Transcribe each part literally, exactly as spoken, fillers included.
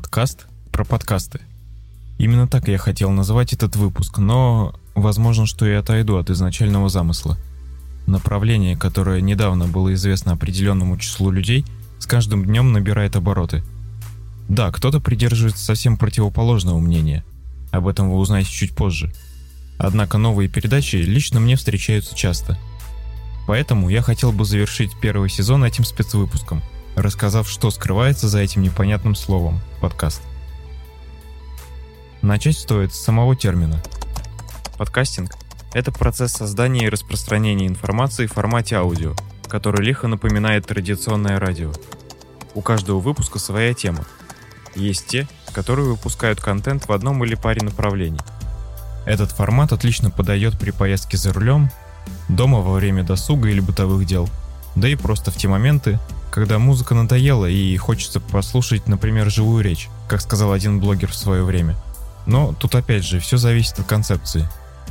Подкаст про подкасты. Именно так я хотел назвать этот выпуск, но возможно, что я отойду от изначального замысла. Направление, которое недавно было известно определенному числу людей, с каждым днем набирает обороты. Да, кто-то придерживается совсем противоположного мнения. Об этом вы узнаете чуть позже. Однако новые передачи лично мне встречаются часто. Поэтому я хотел бы завершить первый сезон этим спецвыпуском, рассказав, что скрывается за этим непонятным словом «подкаст». Начать стоит с самого термина. Подкастинг – это процесс создания и распространения информации в формате аудио, который лихо напоминает традиционное радио. У каждого выпуска своя тема. Есть те, которые выпускают контент в одном или паре направлений. Этот формат отлично подойдет при поездке за рулем, дома во время досуга или бытовых дел, да и просто в те моменты, когда музыка надоела и хочется послушать, например, живую речь, как сказал один блогер в свое время. Но тут опять же все зависит от концепции.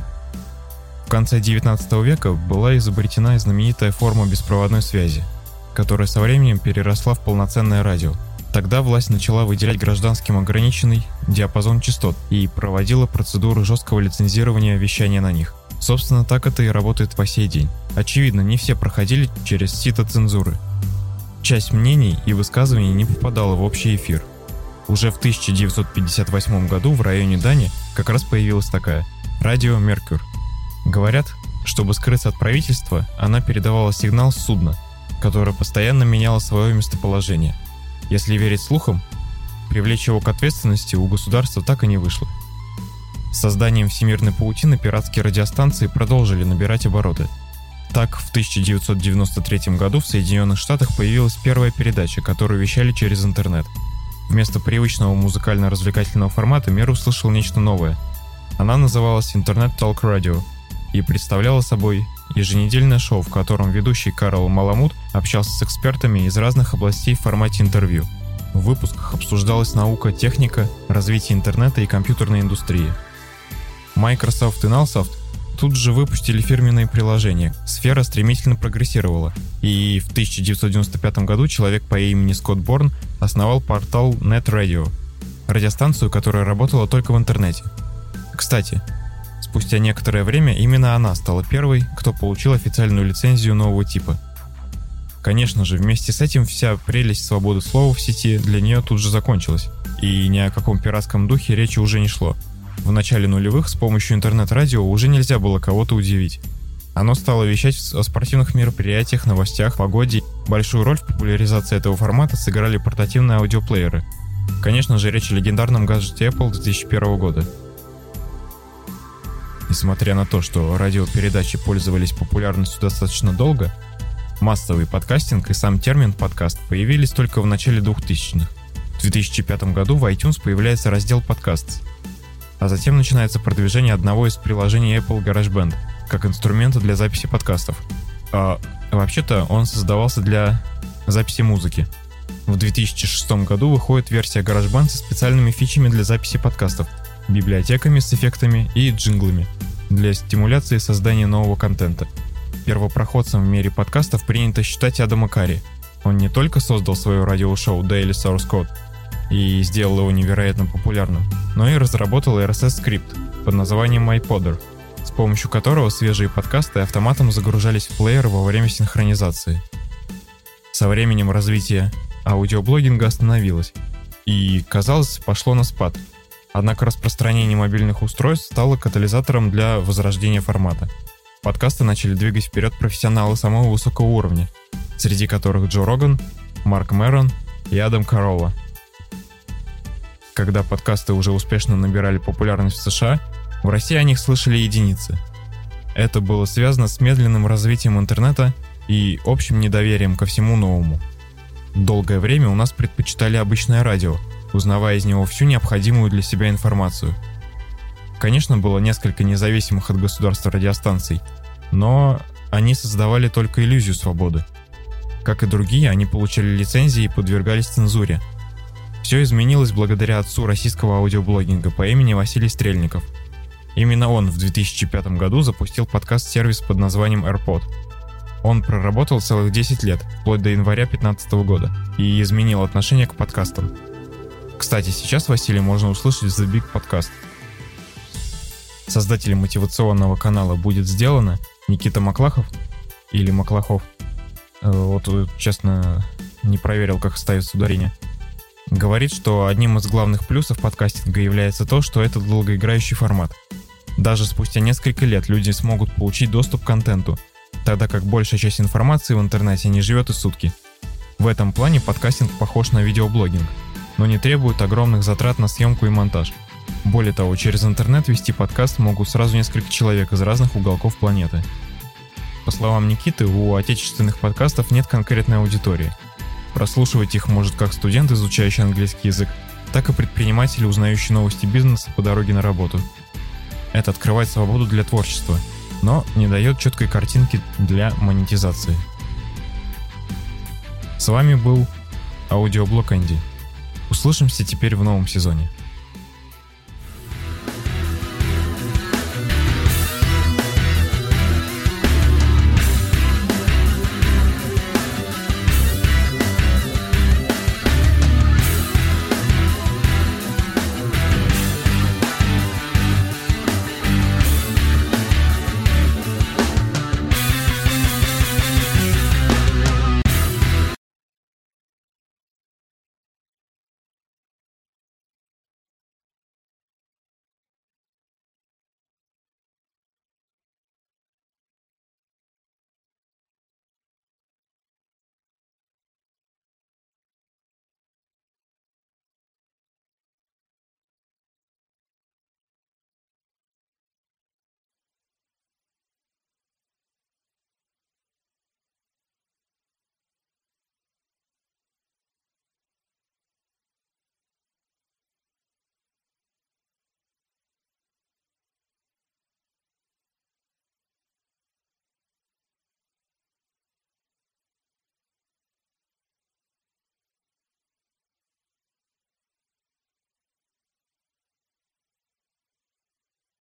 В конце девятнадцатого века была изобретена знаменитая форма беспроводной связи, которая со временем переросла в полноценное радио. Тогда власть начала выделять гражданским ограниченный диапазон частот и проводила процедуру жесткого лицензирования вещания на них. Собственно, так это и работает по сей день. Очевидно, не все проходили через сито цензуры. Часть мнений и высказываний не попадала в общий эфир. Уже в тысяча девятьсот пятьдесят восьмом году в районе Дани как раз появилась такая – радио «Меркюр». Говорят, чтобы скрыться от правительства, она передавала сигнал с судна, которое постоянно меняло свое местоположение. Если верить слухам, привлечь его к ответственности у государства так и не вышло. С созданием всемирной паутины пиратские радиостанции продолжили набирать обороты. Так, в тысяча девятьсот девяносто третьем году в Соединенных Штатах появилась первая передача, которую вещали через интернет. Вместо привычного музыкально-развлекательного формата мир услышал нечто новое. Она называлась Internet Talk Radio и представляла собой еженедельное шоу, в котором ведущий Карл Маламут общался с экспертами из разных областей в формате интервью. В выпусках обсуждалась наука, техника, развитие интернета и компьютерной индустрии. Microsoft и Nalsoft тут же выпустили фирменные приложения. Сфера стремительно прогрессировала, и в тысяча девятьсот девяносто пятом году человек по имени Скотт Борн основал портал NetRadio, радиостанцию, которая работала только в интернете. Кстати, спустя некоторое время именно она стала первой, кто получил официальную лицензию нового типа. Конечно же, вместе с этим вся прелесть свободы слова в сети для нее тут же закончилась, и ни о каком пиратском духе речи уже не шло. В начале нулевых с помощью интернет-радио уже нельзя было кого-то удивить. Оно стало вещать о спортивных мероприятиях, новостях, погоде. Большую роль в популяризации этого формата сыграли портативные аудиоплееры. Конечно же, речь о легендарном гаджете Apple две тысячи первого года. Несмотря на то, что радиопередачи пользовались популярностью достаточно долго, массовый подкастинг и сам термин «подкаст» появились только в начале двухтысячных. В две тысячи пятом году в iTunes появляется раздел «Подкаст», а затем начинается продвижение одного из приложений Apple GarageBand как инструмента для записи подкастов. А вообще-то он создавался для записи музыки. В две тысячи шестом году выходит версия GarageBand со специальными фичами для записи подкастов, библиотеками с эффектами и джинглами для стимуляции создания нового контента. Первопроходцем в мире подкастов принято считать Адама Карри. Он не только создал свое радиошоу Daily Source Code и сделал его невероятно популярным, но и разработал эр эс эс-скрипт под названием iPodder, с помощью которого свежие подкасты автоматом загружались в плеер во время синхронизации. Со временем развитие аудиоблогинга остановилось и, казалось, пошло на спад. Однако распространение мобильных устройств стало катализатором для возрождения формата. Подкасты начали двигать вперед профессионалы самого высокого уровня, среди которых Джо Роган, Марк Мэрон и Адам Каролла. Когда подкасты уже успешно набирали популярность в США, в России о них слышали единицы. Это было связано с медленным развитием интернета и общим недоверием ко всему новому. Долгое время у нас предпочитали обычное радио, узнавая из него всю необходимую для себя информацию. Конечно, было несколько независимых от государства радиостанций, но они создавали только иллюзию свободы. Как и другие, они получали лицензии и подвергались цензуре. Все изменилось благодаря отцу российского аудиоблогинга по имени Василий Стрельников. Именно он в две тысячи пятом году запустил подкаст-сервис под названием AirPod. Он проработал целых десять лет, вплоть до января две тысячи пятнадцатого года, и изменил отношение к подкастам. Кстати, сейчас Василия можно услышать в The Big Podcast. Создателем мотивационного канала «Будет сделано» Никита Маклахов или Маклахов. Вот, честно, не проверил, как ставится ударение. Говорит, что одним из главных плюсов подкастинга является то, что это долгоиграющий формат. Даже спустя несколько лет люди смогут получить доступ к контенту, тогда как большая часть информации в интернете не живет и сутки. В этом плане подкастинг похож на видеоблогинг, но не требует огромных затрат на съемку и монтаж. Более того, через интернет вести подкаст могут сразу несколько человек из разных уголков планеты. По словам Никиты, у отечественных подкастов нет конкретной аудитории. Прослушивать их может как студент, изучающий английский язык, так и предприниматель, узнающий новости бизнеса по дороге на работу. Это открывает свободу для творчества, но не дает четкой картинки для монетизации. С вами был аудиоблог Энди. Услышимся теперь в новом сезоне.